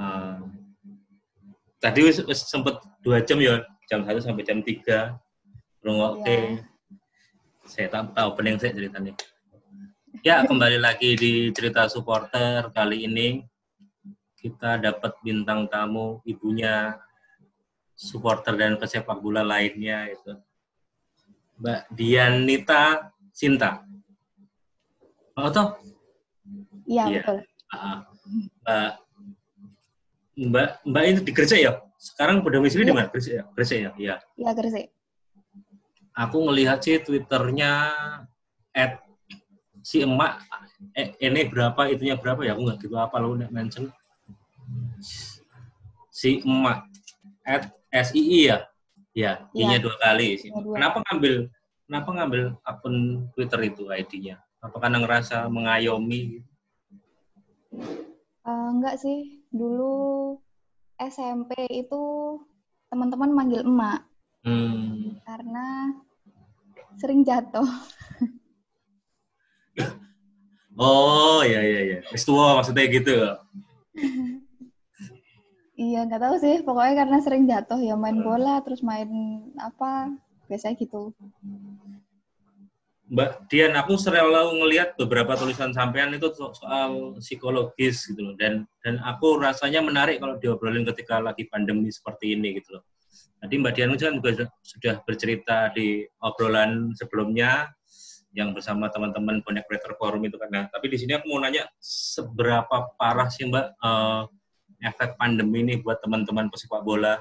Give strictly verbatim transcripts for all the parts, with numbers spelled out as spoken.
Uh, tadi wis, wis sempet dua jam ya, jam satu sampai jam tiga. Oke, yeah. Saya tak tahu pening saya ceritanya. Ya, kembali lagi di cerita supporter. Kali ini kita dapat bintang tamu, ibunya supporter dan pesepak bola lainnya, itu Mbak Dianita Sinta. Oh toh? Iya, ya, betul. Uh, Mbak, Mbak, Mbak ini di Gresik ya? Sekarang berdomisili ya. Di mana? Gresik ya? Gresik ya? Iya. Iya, Gresik. Aku ngelihat sih Twitternya at si emak eh, ini berapa itunya berapa ya, aku nggak gitu apa lo udah mention si emak at S I I ya ya I-nya ya. Dua kali sih. Dua. Kenapa ngambil kenapa ngambil akun Twitter itu I D-nya? Apa karena ngerasa mengayomi? Uh, enggak sih, dulu S M P itu teman-teman manggil emak hmm. karena sering jatuh. Oh, iya, iya, iya. Wis tua maksudnya gitu. Iya, nggak tahu sih. Pokoknya karena sering jatuh ya, main bola, terus main apa, biasanya gitu. Mbak Dian, aku selalu ngelihat beberapa tulisan sampean itu soal psikologis gitu loh. Dan dan aku rasanya menarik kalau diobrolin ketika lagi pandemi seperti ini gitu loh. Tadi Mbak Dian kan juga sudah bercerita di obrolan sebelumnya yang bersama teman-teman Bonek Creator Forum itu kan. Nah, tapi di sini aku mau nanya seberapa parah sih Mbak uh, efek pandemi ini buat teman-teman pesepak bola?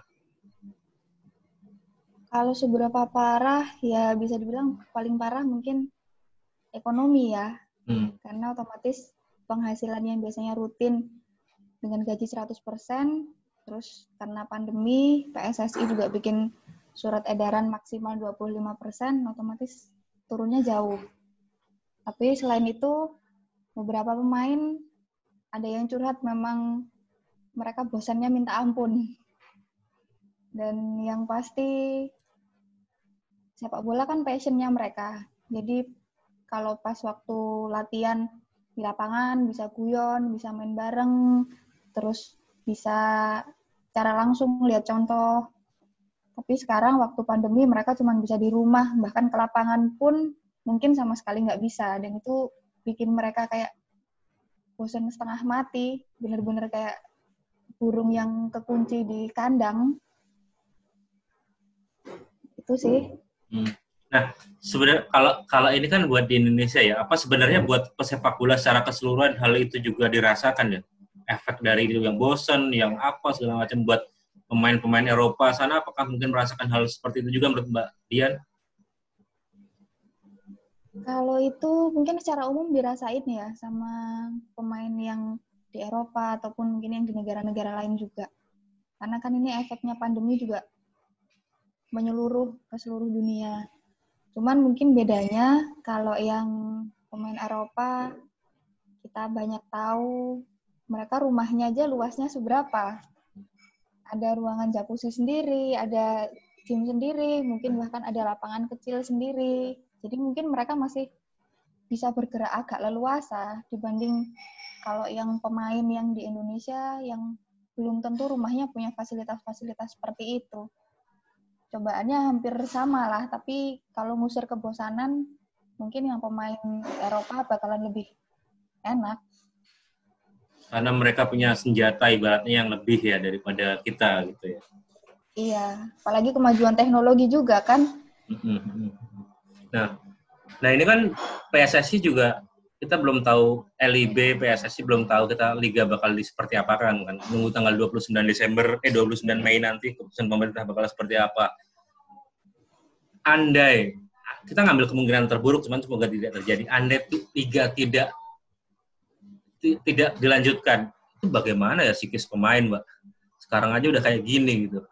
Kalau seberapa parah ya bisa dibilang paling parah mungkin ekonomi ya. Hmm. Karena otomatis penghasilan yang biasanya rutin dengan gaji seratus persen, terus karena pandemi P S S I juga bikin surat edaran maksimal dua puluh lima persen, otomatis turunnya jauh. Tapi selain itu, beberapa pemain ada yang curhat memang mereka bosannya minta ampun. Dan yang pasti sepak bola kan passionnya mereka. Jadi kalau pas waktu latihan di lapangan bisa guyon, bisa main bareng, terus bisa cara langsung lihat contoh. Tapi sekarang waktu pandemi mereka cuma bisa di rumah, bahkan ke lapangan pun mungkin sama sekali nggak bisa. Dan itu bikin mereka kayak bosan setengah mati, bener-bener kayak burung yang kekunci di kandang. Itu sih. Hmm. Nah, sebenarnya kalau kalau ini kan buat di Indonesia ya, apa sebenarnya buat pesepak bola secara keseluruhan hal itu juga dirasakan ya? Efek dari itu yang bosan, yang apa segala macam buat pemain-pemain Eropa sana, apakah mungkin merasakan hal seperti itu juga menurut Mbak Dian? Kalau itu mungkin secara umum dirasain ya sama pemain yang di Eropa ataupun mungkin yang di negara-negara lain juga. Karena kan ini efeknya pandemi juga menyeluruh ke seluruh dunia. Cuman mungkin bedanya kalau yang pemain Eropa kita banyak tahu mereka rumahnya aja luasnya seberapa. Ada ruangan jacuzzi sendiri, ada gym sendiri, mungkin bahkan ada lapangan kecil sendiri. Jadi mungkin mereka masih bisa bergerak agak leluasa dibanding kalau yang pemain yang di Indonesia yang belum tentu rumahnya punya fasilitas-fasilitas seperti itu. Cobaannya hampir sama lah, tapi kalau ngusir kebosanan, mungkin yang pemain Eropa bakalan lebih enak. Karena mereka punya senjata ibaratnya yang lebih ya daripada kita gitu ya. Iya, apalagi kemajuan teknologi juga kan. Nah, nah ini kan P S S I juga kita belum tahu L I B, P S S I belum tahu kita liga bakal di seperti apa kan, kan nunggu tanggal dua puluh sembilan Desember, eh dua puluh sembilan Mei nanti keputusan pemerintah bakal seperti apa. Andai kita ngambil kemungkinan terburuk, cuman semoga tidak terjadi. Andai liga tidak tidak dilanjutkan, itu bagaimana ya psikis pemain, Mbak? Sekarang aja udah kayak gini gitu.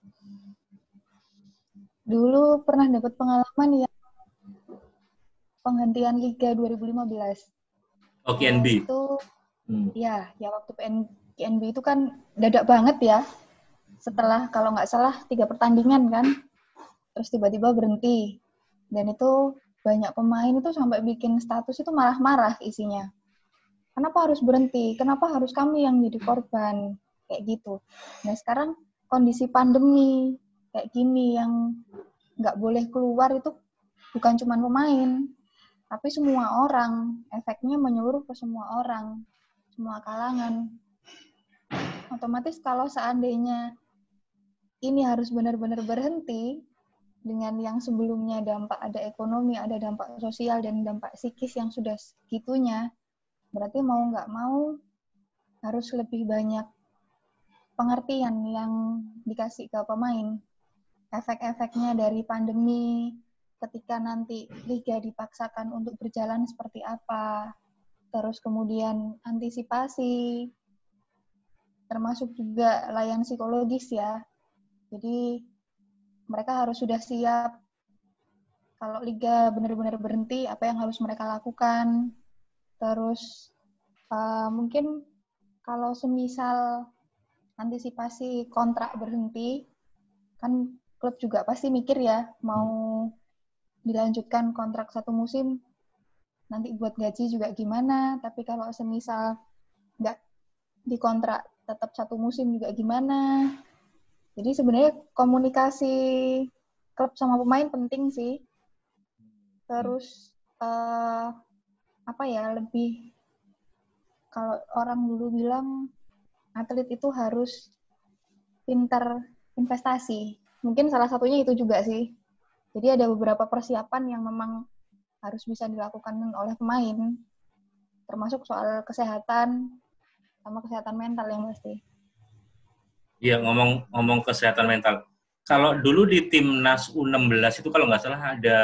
Dulu pernah dapat pengalaman ya penghentian Liga dua ribu lima belas. Oh, K N B. Itu hmm. ya, ya waktu K N B itu kan dadak banget ya. Setelah kalau nggak salah tiga pertandingan kan, terus tiba-tiba berhenti. Dan itu banyak pemain itu sampai bikin status itu marah-marah isinya. Kenapa harus berhenti? Kenapa harus kami yang jadi korban? kayak gitu. Nah sekarang kondisi pandemi kayak gini yang nggak boleh keluar itu bukan cuma pemain, tapi semua orang. Efeknya menyeluruh ke semua orang, semua kalangan. Otomatis kalau seandainya ini harus benar-benar berhenti, dengan yang sebelumnya dampak ada ekonomi, ada dampak sosial, dan dampak psikis yang sudah segitunya, berarti mau nggak mau harus lebih banyak pengertian yang dikasih ke pemain. Efek-efeknya dari pandemi, ketika nanti liga dipaksakan untuk berjalan seperti apa, terus kemudian antisipasi, termasuk juga layanan psikologis ya. Jadi mereka harus sudah siap kalau liga benar-benar berhenti, apa yang harus mereka lakukan. Terus uh, mungkin kalau semisal antisipasi kontrak berhenti, kan klub juga pasti mikir ya, mau dilanjutkan kontrak satu musim, nanti buat gaji juga gimana, tapi kalau semisal nggak dikontrak tetap satu musim juga gimana. Jadi sebenarnya komunikasi klub sama pemain penting sih. Terus uh, apa ya, lebih kalau orang dulu bilang atlet itu harus pintar investasi. Mungkin salah satunya itu juga sih. Jadi ada beberapa persiapan yang memang harus bisa dilakukan oleh pemain, termasuk soal kesehatan sama kesehatan mental yang pasti. Iya, ngomong-ngomong kesehatan mental. Kalau dulu di timnas U enam belas itu kalau nggak salah ada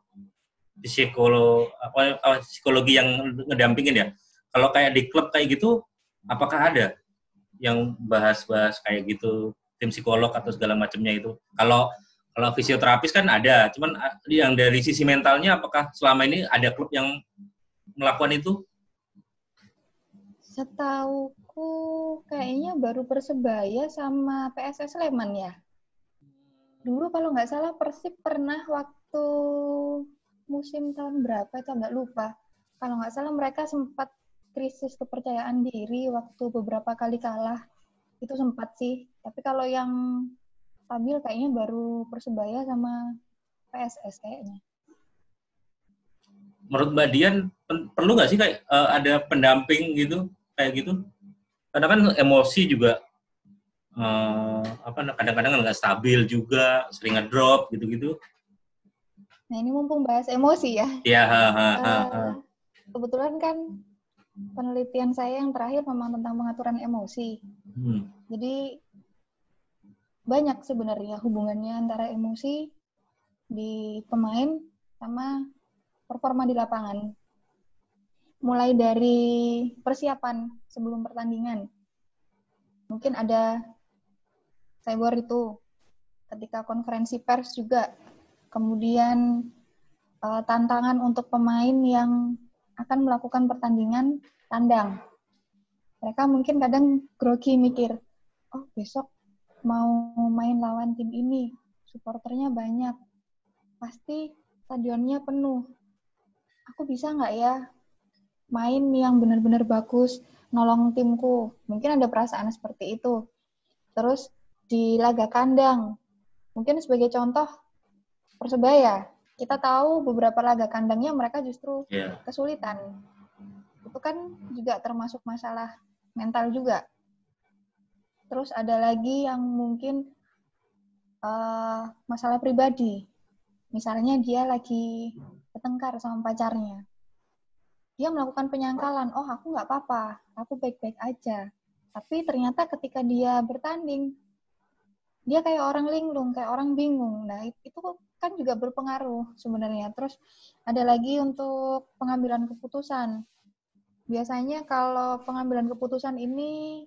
psikolog apa, apa psikologi yang ngedampingin ya. Kalau kayak di klub kayak gitu, apakah ada yang bahas-bahas kayak gitu, tim psikolog atau segala macamnya itu? Kalau kalau fisioterapis kan ada, cuman yang dari sisi mentalnya apakah selama ini ada klub yang melakukan itu? Setauku kayaknya baru Persebaya sama P S S Sleman ya. Dulu kalau nggak salah Persib pernah waktu musim tahun berapa itu nggak lupa. Kalau nggak salah mereka sempat krisis kepercayaan diri waktu beberapa kali kalah. Itu sempat sih. Tapi kalau yang stabil kayaknya baru Persebaya sama P S S kayaknya. Menurut Mbak Dian, perlu nggak sih kayak uh, ada pendamping gitu, kayak gitu? Karena kan emosi juga uh, apa kadang-kadang nggak stabil juga, sering ngedrop gitu-gitu. Nah ini mumpung bahas emosi ya. Iya. Uh, kebetulan kan penelitian saya yang terakhir memang tentang pengaturan emosi. Hmm. Jadi banyak sebenarnya hubungannya antara emosi di pemain sama performa di lapangan. Mulai dari persiapan sebelum pertandingan. Mungkin ada cyber itu, ketika konferensi pers juga. Kemudian uh, tantangan untuk pemain yang akan melakukan pertandingan tandang. Mereka mungkin kadang grogi mikir, oh besok mau main lawan tim ini, supporternya banyak, pasti stadionnya penuh. Aku bisa nggak ya main yang benar-benar bagus, nolong timku? Mungkin ada perasaan seperti itu. Terus di laga kandang, mungkin sebagai contoh Persebaya, kita tahu beberapa laga kandangnya mereka justru yeah. kesulitan. Itu kan juga termasuk masalah mental juga. Terus ada lagi yang mungkin uh, masalah pribadi. Misalnya dia lagi bertengkar sama pacarnya. Dia melakukan penyangkalan, oh aku nggak apa-apa, aku baik-baik aja. Tapi ternyata ketika dia bertanding, dia kayak orang linglung, kayak orang bingung. Nah itu kan juga berpengaruh sebenarnya. Terus ada lagi untuk pengambilan keputusan. Biasanya kalau pengambilan keputusan ini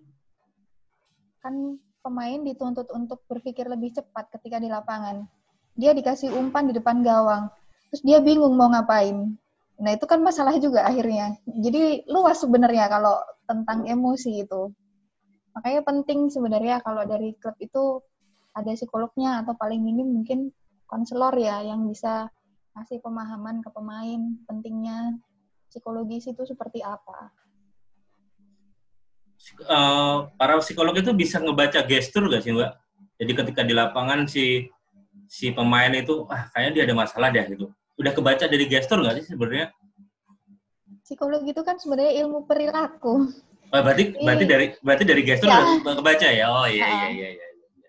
kan pemain dituntut untuk berpikir lebih cepat ketika di lapangan. Dia dikasih umpan di depan gawang, terus dia bingung mau ngapain. Nah itu kan masalah juga akhirnya. Jadi luas sebenarnya kalau tentang emosi itu. Makanya penting sebenarnya kalau dari klub itu ada psikolognya atau paling minim mungkin konselor ya yang bisa ngasih pemahaman ke pemain pentingnya psikologis itu seperti apa. uh, para psikolog itu bisa ngebaca gestur nggak sih Mbak? Jadi ketika di lapangan si si pemain itu, ah kayaknya dia ada masalah deh gitu. Udah kebaca dari gestur nggak sih sebenarnya? Psikologi itu kan sebenarnya ilmu perilaku. Oh, berarti Jadi, berarti dari berarti dari gestur ya. udah kebaca ya? Oh iya iya Uh, iya iya.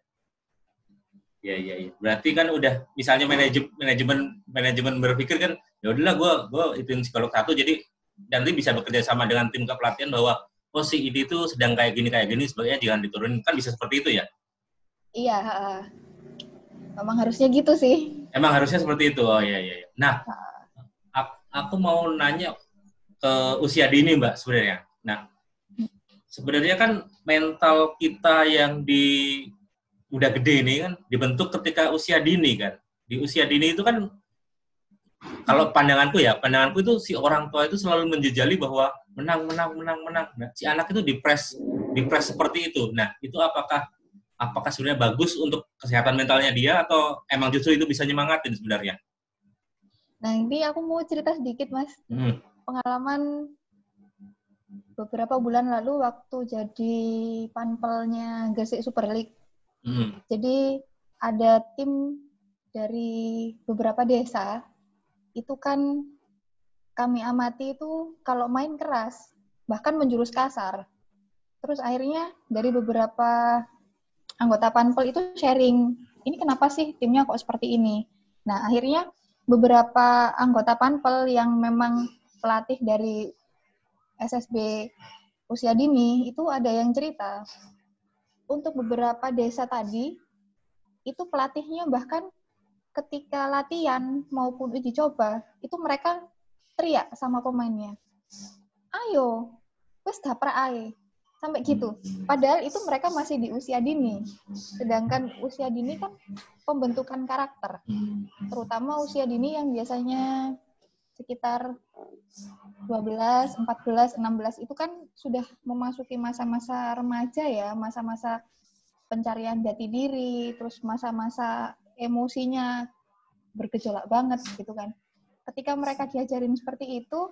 Iya iya iya. Berarti kan udah misalnya manajemen manajemen manajemen berpikir kan ya udahlah gue gue itu psikolog satu jadi nanti bisa bekerja sama dengan tim kepelatihan bahwa oh si ini tuh sedang kayak gini kayak gini sebagainya jangan diturunin kan bisa seperti itu ya? Iya, uh, memang harusnya gitu sih. Emang harusnya seperti itu. Oh iya iya. iya. Nah, aku mau nanya ke usia dini Mbak sebenarnya. Nah, sebenarnya kan mental kita yang di udah gede ini kan dibentuk ketika usia dini kan. Di usia dini itu kan kalau pandanganku ya, pandanganku itu si orang tua itu selalu menjejali bahwa menang, menang, menang, menang. Nah, si anak itu dipres, dipres seperti itu. Nah, itu apakah apakah sebenarnya bagus untuk kesehatan mentalnya dia atau emang justru itu bisa nyemangatin sebenarnya? Nah, ini aku mau cerita sedikit, Mas. Hmm. Pengalaman beberapa bulan lalu waktu jadi panpelnya Gresik Super League. Hmm. Jadi ada tim dari beberapa desa, itu kan kami amati itu kalau main keras, bahkan menjurus kasar. Terus akhirnya dari beberapa anggota panpel itu sharing, ini kenapa sih timnya kok seperti ini? Nah, akhirnya beberapa anggota panpel yang memang pelatih dari S S B usia dini, itu ada yang cerita. Untuk beberapa desa tadi, itu pelatihnya bahkan ketika latihan maupun uji coba, itu mereka teriak sama pemainnya. Ayo, wes dapra ae. Sampai gitu. Padahal itu mereka masih di usia dini. Sedangkan usia dini kan pembentukan karakter. Terutama usia dini yang biasanya sekitar dua belas, empat belas, enam belas itu kan sudah memasuki masa-masa remaja ya, masa-masa pencarian jati diri, terus masa-masa emosinya bergejolak banget gitu kan. Ketika mereka diajarin seperti itu,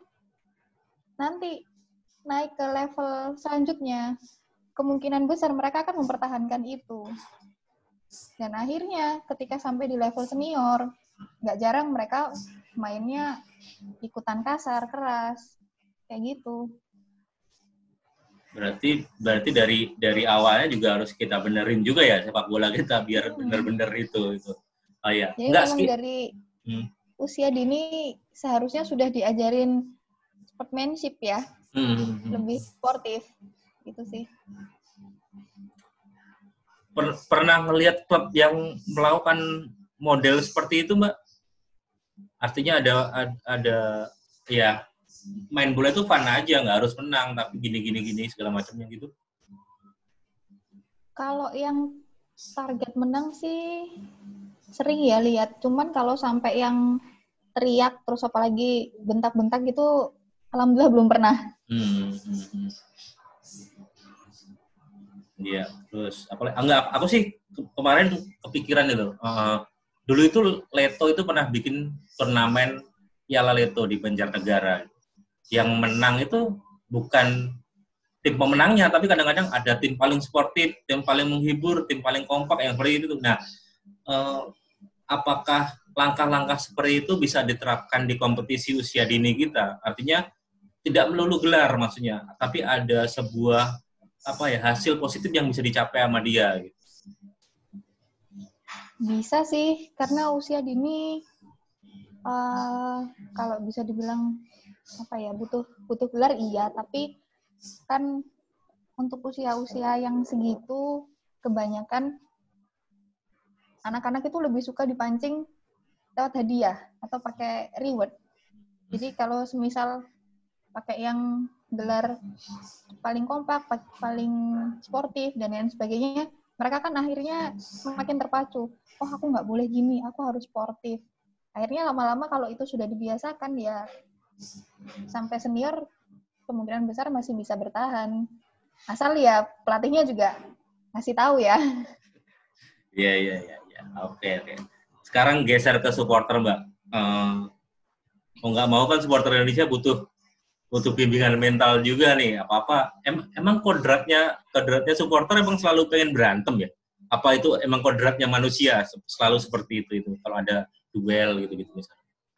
nanti naik ke level selanjutnya, kemungkinan besar mereka akan mempertahankan itu. Dan akhirnya ketika sampai di level senior, nggak jarang mereka mainnya ikutan kasar, keras, kayak gitu. Berarti berarti dari dari awalnya juga harus kita benerin juga ya sepak bola kita biar hmm. bener-bener itu itu. Oh iya. Jadi enggak memang dari hmm. usia dini seharusnya sudah diajarin sportsmanship ya. Hmm. Lebih sportif gitu sih. Per, pernah melihat klub yang melakukan model seperti itu, Mbak? Artinya ada ada, ada ya main bola itu fun aja, nggak harus menang, tapi gini-gini gini segala macamnya gitu. Kalau yang target menang sih sering ya lihat, cuman kalau sampai yang teriak terus apalagi bentak-bentak gitu, alhamdulillah belum pernah. Hmm. Iya, terus apa? Enggak, aku sih kemarin kepikiran itu. Uh, dulu itu Leto itu pernah bikin turnamen Piala Leto di Banjarnegara. Yang menang itu bukan tim pemenangnya, tapi kadang-kadang ada tim paling sportif, tim paling menghibur, tim paling kompak yang seperti itu. Nah, uh, apakah langkah-langkah seperti itu bisa diterapkan di kompetisi usia dini kita? Artinya tidak melulu gelar maksudnya, tapi ada sebuah apa ya hasil positif yang bisa dicapai sama dia gitu. Bisa sih, karena usia dini uh, kalau bisa dibilang apa ya butuh butuh gelar iya, tapi kan untuk usia-usia yang segitu kebanyakan anak-anak itu lebih suka dipancing lewat hadiah atau pakai reward. Jadi kalau semisal pakai yang gelar paling kompak, paling sportif dan lain sebagainya, mereka kan akhirnya semakin terpacu. Oh aku nggak boleh gini, aku harus sportif. Akhirnya lama-lama kalau itu sudah dibiasakan ya sampai senior kemungkinan besar masih bisa bertahan. Asal ya pelatihnya juga ngasih tahu ya. Iya iya iya. Ya. Oke oke. Sekarang geser ke supporter Mbak. Uh, mau nggak mau kan supporter Indonesia butuh untuk bimbingan mental juga nih, apa-apa. Em, emang kodratnya, kodratnya supporter emang selalu pengen berantem ya? Apa itu emang kodratnya manusia selalu seperti itu itu kalau ada duel gitu-gitu misalnya?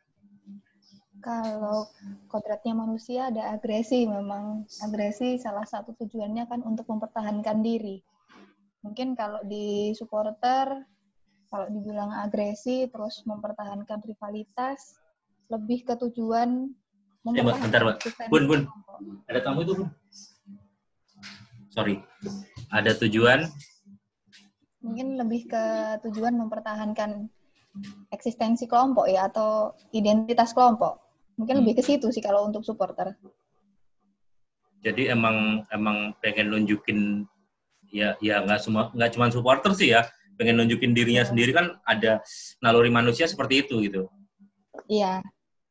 Kalau kodratnya manusia ada agresi, memang agresi salah satu tujuannya kan untuk mempertahankan diri. Mungkin kalau di supporter, kalau dibilang agresi terus mempertahankan rivalitas, lebih ke tujuan Eh, mbak, bentar, mbak. Bun, bun. Ada tamu itu, bun. Sorry. Ada tujuan? Mungkin lebih ke tujuan mempertahankan eksistensi kelompok ya, atau identitas kelompok. Mungkin hmm. lebih ke situ sih kalau untuk supporter. Jadi emang emang pengen nunjukin ya ya nggak semua nggak cuma supporter sih ya, pengen nunjukin dirinya ya. Sendiri kan ada naluri manusia seperti itu gitu. Iya.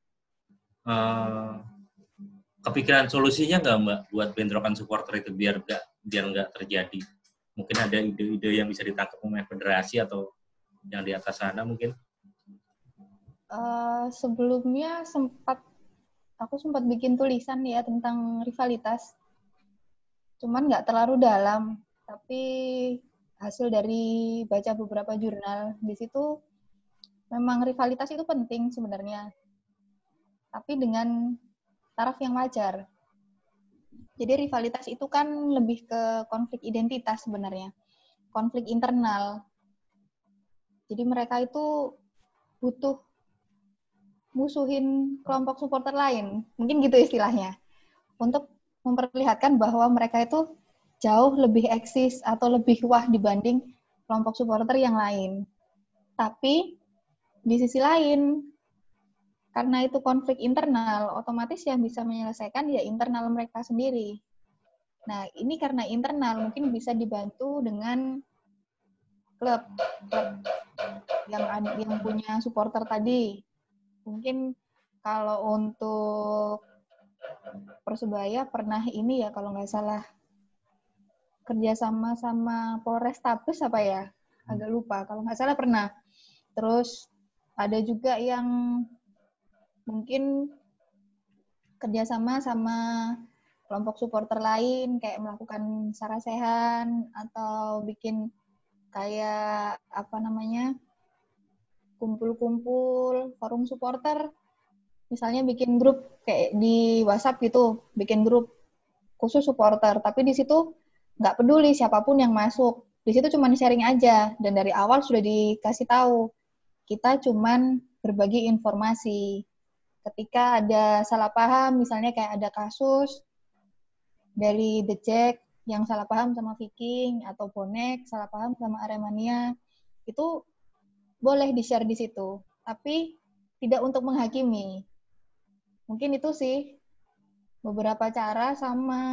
Uh, kepikiran solusinya nggak mbak buat bentrokan supporter itu biar nggak biar nggak terjadi? Mungkin ada ide-ide yang bisa ditangkap oleh federasi atau yang di atas sana mungkin? Uh, sebelumnya sempat aku sempat bikin tulisan ya tentang rivalitas, cuman nggak terlalu dalam. Tapi hasil dari baca beberapa jurnal di situ memang rivalitas itu penting sebenarnya, tapi dengan taraf yang wajar. Jadi rivalitas itu kan lebih ke konflik identitas sebenarnya, konflik internal. Jadi mereka itu butuh musuhin kelompok supporter lain, mungkin gitu istilahnya, untuk memperlihatkan bahwa mereka itu jauh lebih eksis atau lebih wah dibanding kelompok supporter yang lain. Tapi di sisi lain, karena itu konflik internal, otomatis yang bisa menyelesaikan ya internal mereka sendiri. Nah, ini karena internal mungkin bisa dibantu dengan klub, klub yang yang punya supporter tadi. Mungkin kalau untuk Persebaya pernah ini ya kalau nggak salah kerjasama sama Polrestabes apa ya, agak lupa. Kalau nggak salah pernah. Terus ada juga yang mungkin kerjasama sama kelompok supporter lain, kayak melakukan sarasehan atau bikin kayak apa namanya kumpul-kumpul forum supporter. Misalnya bikin grup kayak di WhatsApp gitu, bikin grup khusus supporter. Tapi di situ nggak peduli siapapun yang masuk. Di situ cuma sharing aja. Dan dari awal sudah dikasih tahu. Kita cuman berbagi informasi. Ketika ada salah paham, misalnya kayak ada kasus dari The Jack yang salah paham sama Viking, atau Bonek salah paham sama Aremania, itu boleh di-share di situ. Tapi tidak untuk menghakimi. Mungkin itu sih beberapa cara. Sama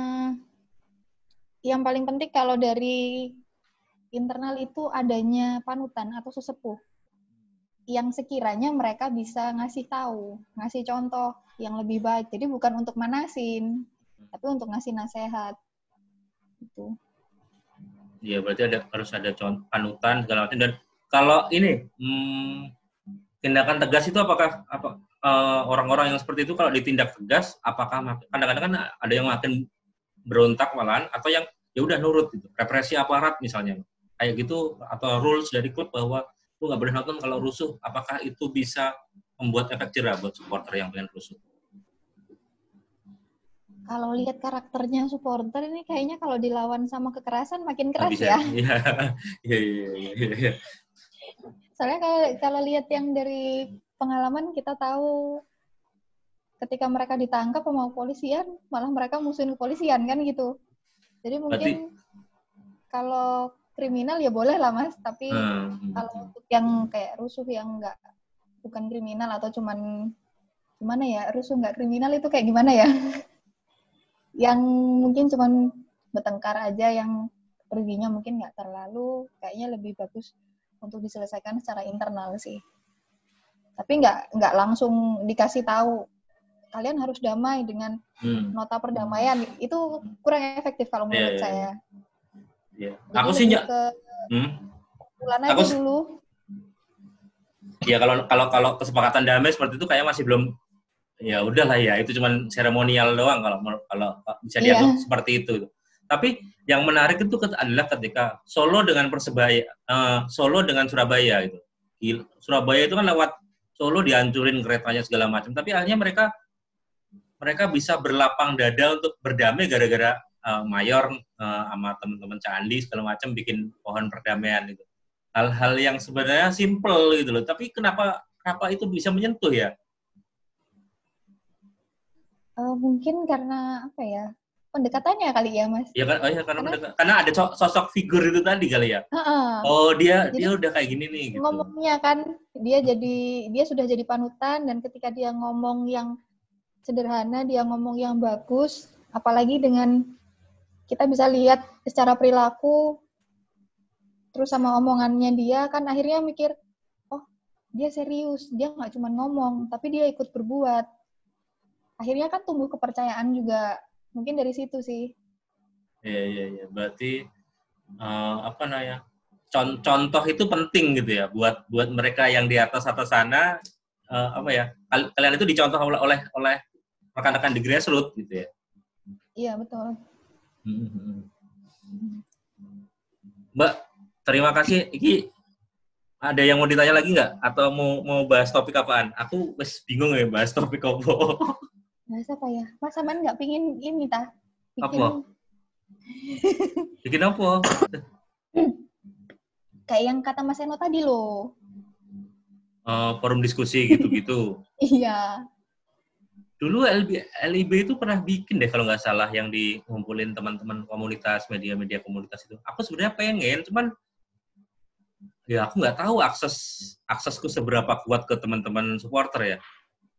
yang paling penting kalau dari internal itu adanya panutan atau sesepuh yang sekiranya mereka bisa ngasih tahu, ngasih contoh yang lebih baik. Jadi bukan untuk manasin, tapi untuk ngasih nasihat. Gitu. Iya, berarti ada harus ada contoh, panutan segala macam. Dan kalau ini hmm, tindakan tegas itu apakah apa uh, orang-orang yang seperti itu kalau ditindak tegas, apakah kadang-kadang kan ada yang makin berontak malahan, atau yang ya udah nurut gitu, represi aparat misalnya, kayak gitu, atau rules dari klub bahwa lu nggak boleh nonton kalau rusuh, apakah itu bisa membuat efek jerah buat supporter yang pengen rusuh? Kalau lihat karakternya supporter ini kayaknya kalau dilawan sama kekerasan makin keras bisa, ya. Iya, iya, iya, iya. Soalnya kalau kalau lihat yang dari pengalaman kita tahu ketika mereka ditangkap sama kepolisian, malah mereka musuhin kepolisian kan gitu. Jadi mungkin Berarti, kalau kriminal ya boleh lah Mas, tapi hmm. kalau untuk yang kayak rusuh yang nggak bukan kriminal atau cuman gimana ya, rusuh nggak kriminal itu kayak gimana ya? Yang mungkin cuman bertengkar aja, yang perginya mungkin nggak terlalu, kayaknya lebih bagus untuk diselesaikan secara internal sih. Tapi nggak nggak langsung dikasih tahu kalian harus damai dengan hmm. nota perdamaian, itu kurang efektif kalau menurut yeah, saya. Yeah. Aku sih nggak. Hmm? Aja aku dulu. Ya kalau kalau kalau kesepakatan damai seperti itu kayak masih belum ya udahlah ya, itu cuman seremonial doang kalau kalau bisa dianggap yeah. seperti itu. Tapi yang menarik itu adalah ketika Solo dengan Persebaya, uh, Solo dengan Surabaya gitu. Surabaya itu kan lewat Solo dihancurin keretanya segala macam, tapi akhirnya mereka mereka bisa berlapang dada untuk berdamai gara-gara uh, Mayor uh, sama teman-teman Candi segala macam bikin pohon perdamaian itu. Hal-hal yang sebenarnya simple gitu loh, tapi kenapa kenapa itu bisa menyentuh ya? Uh, mungkin karena apa ya, pendekatannya kali ya Mas. Ya kan, oh ya karena karena, karena ada sosok figur itu tadi kali ya. Uh-uh. Oh dia jadi, dia udah kayak gini nih. Gitu. Ngomongnya kan dia jadi dia sudah jadi panutan, dan ketika dia ngomong yang sederhana, dia ngomong yang bagus, apalagi dengan kita bisa lihat secara perilaku, terus sama omongannya dia kan akhirnya mikir, oh dia serius, dia nggak cuma ngomong, tapi dia ikut berbuat. Akhirnya kan tumbuh kepercayaan juga, mungkin dari situ sih. Iya, iya, iya. Berarti, uh, apa namanya, contoh itu penting gitu ya, buat buat mereka yang di atas-atas sana, uh, apa ya, kalian itu dicontoh oleh oleh, oleh rekan-rekan di grassroots gitu ya. Iya, betul. Mbak, terima kasih. Iki ada yang mau ditanya lagi nggak? Atau mau mau bahas topik apaan? Aku wes bingung ya bahas topik apa. Bahas apa ya? Mas Saman nggak pingin ini tah? Bikin... Apa? Bikin apa? Kayak yang kata Mas Eno tadi loh. Uh, forum diskusi gitu-gitu. Iya. Dulu L I B itu pernah bikin deh kalau nggak salah yang dikumpulin teman-teman komunitas, media-media komunitas itu. Aku sebenarnya pengen, cuman ya aku nggak tahu akses aksesku seberapa kuat ke teman-teman supporter ya.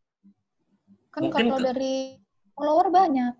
Kan mungkin kalau ke... dari follower banyak.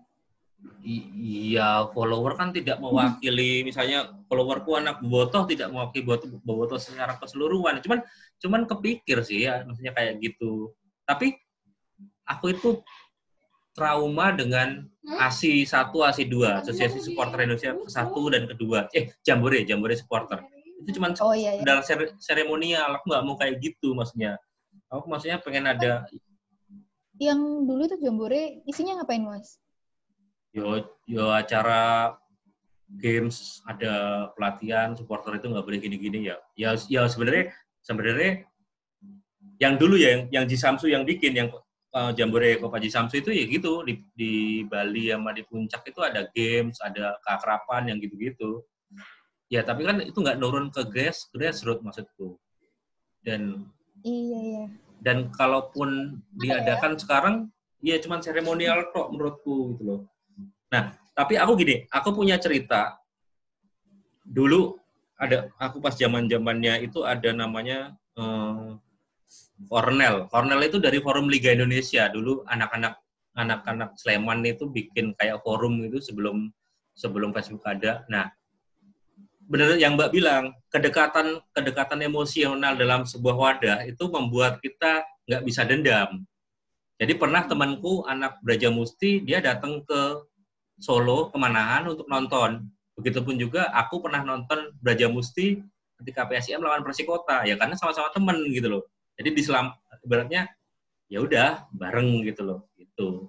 Iya, follower kan tidak mewakili, misalnya followerku anak bobotoh tidak mewakili bobotoh secara keseluruhan. Cuman cuman kepikir sih ya, maksudnya kayak gitu. Tapi aku itu trauma dengan A S I satu, A S I dua, Asosiasi Supporter Indonesia ke satu dan kedua. Eh, Jambore, Jambore Supporter. Itu cuman oh, iya, iya. dalam seremonial, aku nggak mau kayak gitu maksudnya. Aku maksudnya pengen ada... Yang dulu itu Jambore isinya ngapain, Mas? Yo, yo acara games, ada pelatihan, supporter itu nggak boleh gini-gini ya. Ya, ya sebenarnya sebenarnya yang dulu ya, yang, yang Jisamsu yang bikin, yang uh, Jambore Kopaji Samsu itu ya gitu, di, di Bali sama di Puncak itu ada games, ada keakraban yang gitu-gitu. Ya tapi kan itu nggak nurun ke grass, grassroots maksudku. Dan iya iya. Dan kalaupun diadakan ya? Sekarang, ya cuma seremonial kok menurutku gitu loh. Nah, tapi aku gini, aku punya cerita. Dulu ada, aku pas zaman-zamannya itu ada namanya eh, Kornel. Kornel itu dari Forum Liga Indonesia. Dulu anak-anak anak-anak Sleman itu bikin kayak forum itu sebelum sebelum Facebook ada. Nah, benar yang Mbak bilang, kedekatan kedekatan emosional dalam sebuah wadah itu membuat kita nggak bisa dendam. Jadi pernah temanku anak Brajamusti, dia datang ke Solo, ke Manahan untuk nonton. Begitupun juga aku pernah nonton Brajamusti ketika P S I M lawan Persikota, ya karena sama-sama teman gitu loh. Jadi di selam, ibaratnya ya udah bareng gitu loh, gitu.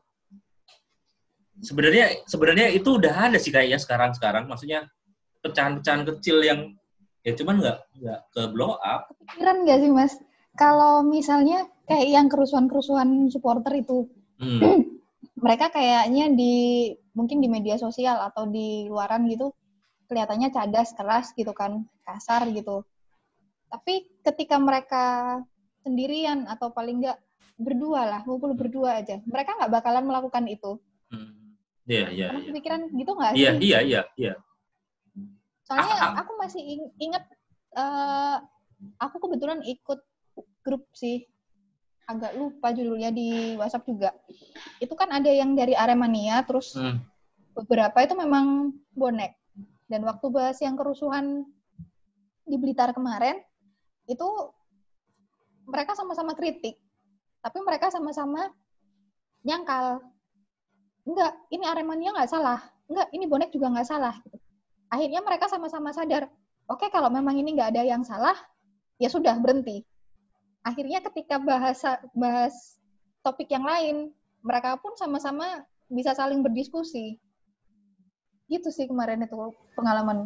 Sebenarnya sebenarnya itu udah ada sih kayaknya sekarang-sekarang, maksudnya pecahan-pecahan kecil yang ya cuman nggak nggak ke blow up. Kepikiran nggak sih Mas, kalau misalnya kayak yang kerusuhan-kerusuhan supporter itu, hmm. mereka kayaknya di mungkin di media sosial atau di luaran gitu kelihatannya cadas, keras gitu kan, kasar gitu. Tapi ketika mereka sendirian atau paling nggak berdua lah, ngumpul berdua aja, mereka nggak bakalan melakukan itu. Iya, iya, iya. Ya. Kepikiran gitu nggak sih? Iya, iya, iya, iya. Soalnya ah, ah. aku masih ingat, uh, aku kebetulan ikut grup sih, agak lupa judulnya di WhatsApp juga. Itu kan ada yang dari Aremania, terus hmm. beberapa itu memang bonek. Dan waktu bahas yang kerusuhan di Blitar kemarin, itu mereka sama-sama kritik, tapi mereka sama-sama nyangkal. Enggak, ini Aremania nggak salah. Enggak, ini bonek juga nggak salah. Gitu. Akhirnya mereka sama-sama sadar, oke okay, kalau memang ini nggak ada yang salah, ya sudah berhenti. Akhirnya ketika bahasa bahas topik yang lain, mereka pun sama-sama bisa saling berdiskusi. Gitu sih kemarin itu pengalaman.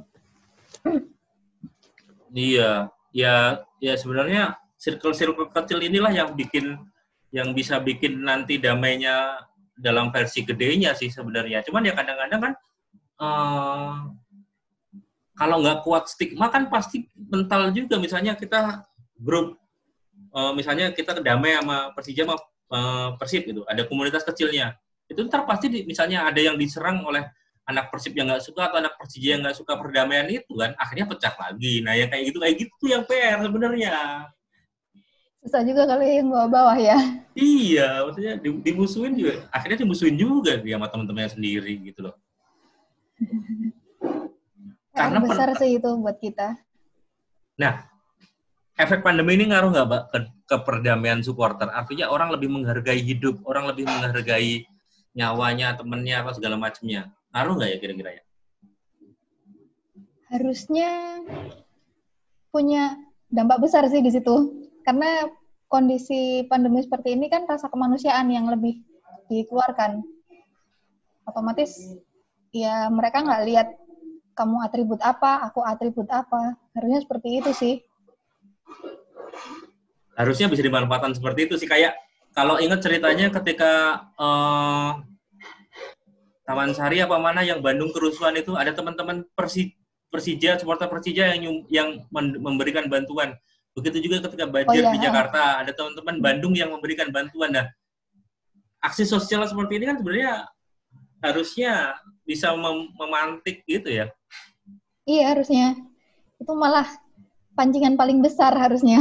Iya, ya ya sebenarnya circle-circle kecil inilah yang bikin yang bisa bikin nanti damainya dalam versi gedenya sih sebenarnya. Cuman ya kadang-kadang kan eh, kalau nggak kuat stigma kan pasti mental juga. Misalnya kita grup, eh, misalnya kita damai sama Persija sama eh, Persib gitu, ada komunitas kecilnya. Itu ntar pasti di, misalnya ada yang diserang oleh anak Persib yang nggak suka atau anak Persija yang nggak suka perdamaian itu kan, akhirnya pecah lagi. Nah yang kayak gitu kayak gitu yang P R sebenarnya. Susah juga kalau yang bawah-bawah ya. Iya, maksudnya dimusuhin juga, akhirnya dimusuhin juga dia sama teman-temannya sendiri gitu loh. Karena besar per- sih itu buat kita. Nah, efek pandemi ini ngaruh nggak, Mbak, ke, ke perdamaian supporter? Artinya orang lebih menghargai hidup, orang lebih menghargai nyawanya, temennya, apa segala macamnya. Ngaruh nggak ya kira-kira ya? Harusnya punya dampak besar sih di situ. Karena kondisi pandemi seperti ini kan rasa kemanusiaan yang lebih dikeluarkan. Otomatis ya mereka nggak lihat kamu atribut apa, aku atribut apa. Harusnya seperti itu sih. Harusnya bisa dimanfaatkan seperti itu sih. Kayak kalau ingat ceritanya ketika eh, Taman Sari apa mana yang Bandung kerusuhan itu, ada teman-teman Persi, Persija, supporter Persija yang yang memberikan bantuan. Begitu juga ketika banjir oh, iya. di Jakarta, ada teman-teman Bandung yang memberikan bantuan. Nah, aksi sosial seperti ini kan sebenarnya harusnya bisa mem- memantik gitu ya. Iya, harusnya. Itu malah pancingan paling besar harusnya.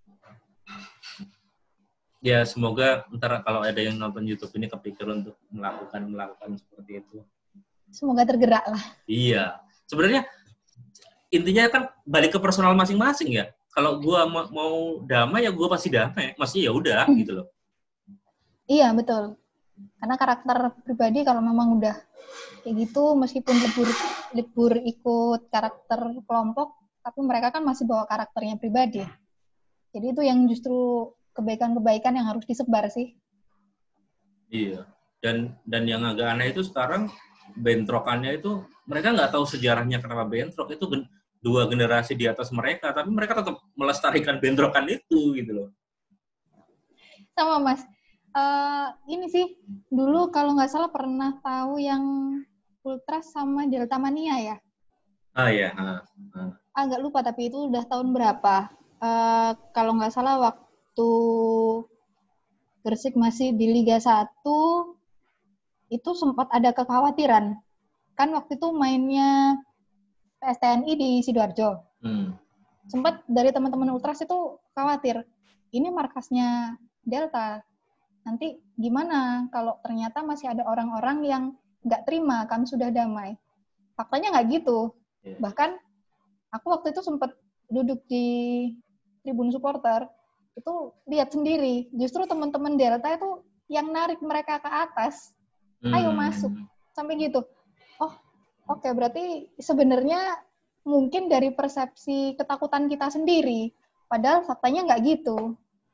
Ya, semoga ntar kalau ada yang nonton YouTube ini kepikir untuk melakukan melakukan seperti itu. Semoga tergerak lah. Iya. Sebenarnya intinya kan balik ke personal masing-masing ya. Kalau gue ma- mau damai ya gue pasti damai. Masih ya udah hmm. gitu loh. Iya, betul. Karena karakter pribadi kalau memang udah kayak gitu, meskipun lebur lebur ikut karakter kelompok, tapi mereka kan masih bawa karakternya pribadi. Jadi itu yang justru kebaikan-kebaikan yang harus disebar sih. Iya. Dan dan yang agak aneh itu sekarang bentrokannya itu mereka nggak tahu sejarahnya kenapa bentrok, itu gen, dua generasi di atas mereka, tapi mereka tetap melestarikan bentrokan itu gitu loh. Sama Mas. Uh, ini sih dulu kalau nggak salah pernah tahu yang Ultras sama Delta Mania ya. Ah ya. Ah, ah. Agak lupa tapi itu udah tahun berapa. Uh, kalau nggak salah waktu Persik masih di Liga satu itu sempat ada kekhawatiran. Kan waktu itu mainnya P S T N I di Sidoarjo. Hmm. Sempat dari teman-teman Ultras itu khawatir. Ini markasnya Delta. Nanti gimana kalau ternyata masih ada orang-orang yang nggak terima kami sudah damai. Faktanya nggak gitu. Yeah. Bahkan aku waktu itu sempat duduk di tribun supporter, itu lihat sendiri. Justru teman-teman Delta itu yang narik mereka ke atas. Ayo hmm. masuk. Sampai gitu. Oh, oke. Okay, berarti sebenarnya mungkin dari persepsi ketakutan kita sendiri. Padahal faktanya nggak gitu.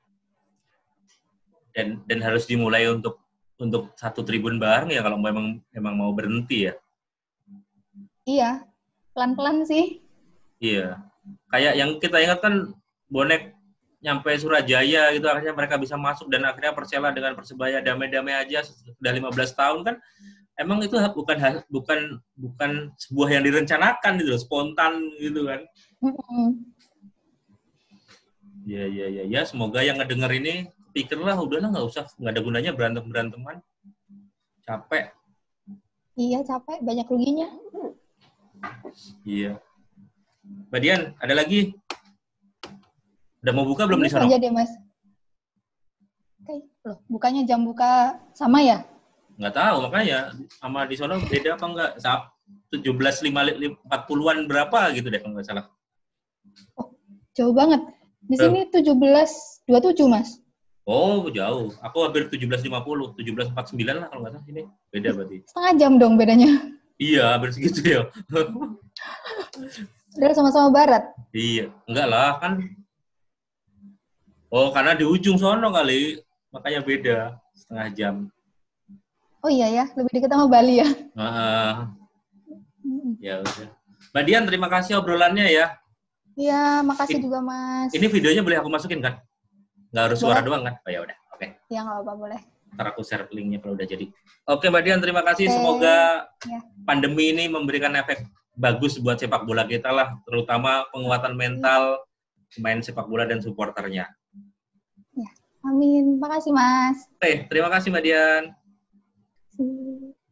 Dan dan harus dimulai untuk untuk satu tribun bareng ya kalau memang memang mau berhenti ya. Iya, pelan-pelan sih. Iya, kayak yang kita ingat kan bonek nyampe Surajaya gitu, akhirnya mereka bisa masuk dan akhirnya Persela dengan Persebaya damai-damai aja sudah lima belas tahun kan. Emang itu bukan bukan bukan sebuah yang direncanakan gitu, spontan gitu kan. Mm-hmm. Ya ya ya ya, semoga yang ngedenger ini pikirlah udahlah nggak usah, nggak ada gunanya berantem beranteman, capek. Iya capek, banyak ruginya. Iya. Mbak Dian, ada lagi? Udah mau buka belum di sana? Aja deh mas. Oke, loh bukannya jam buka sama ya? Nggak tahu makanya sama di sana beda apa enggak? tujuh belas empat puluhan berapa gitu deh kalau nggak salah. Oh, jauh banget. Di sini tujuh belas dua puluh tujuh mas. Oh, jauh. Aku hampir tujuh belas lima puluh, tujuh belas empat puluh sembilan lah kalau nggak salah ini. Beda berarti. Setengah jam dong bedanya. Iya, hampir segitu ya. Udah sama-sama barat. Iya, enggak lah kan. Oh, karena di ujung sono kali, makanya beda setengah jam. Oh iya ya, lebih dekat sama Bali ya. Uh, ya udah. Mbak Dian, terima kasih obrolannya ya. Iya, makasih ini, juga Mas. Ini videonya boleh aku masukin kan? Nggak harus suara doang kan? Oh ya udah, oke. Okay. Ya nggak apa-apa, boleh. Ntar aku share linknya kalau udah jadi. Oke Mbak Dian, terima kasih. Okay. Semoga ya. Pandemi ini memberikan efek bagus buat sepak bola kita lah, terutama penguatan mental pemain sepak bola dan supporternya. Ya, amin. Makasih Mas. Oke, terima kasih Mbak Dian. Hmm.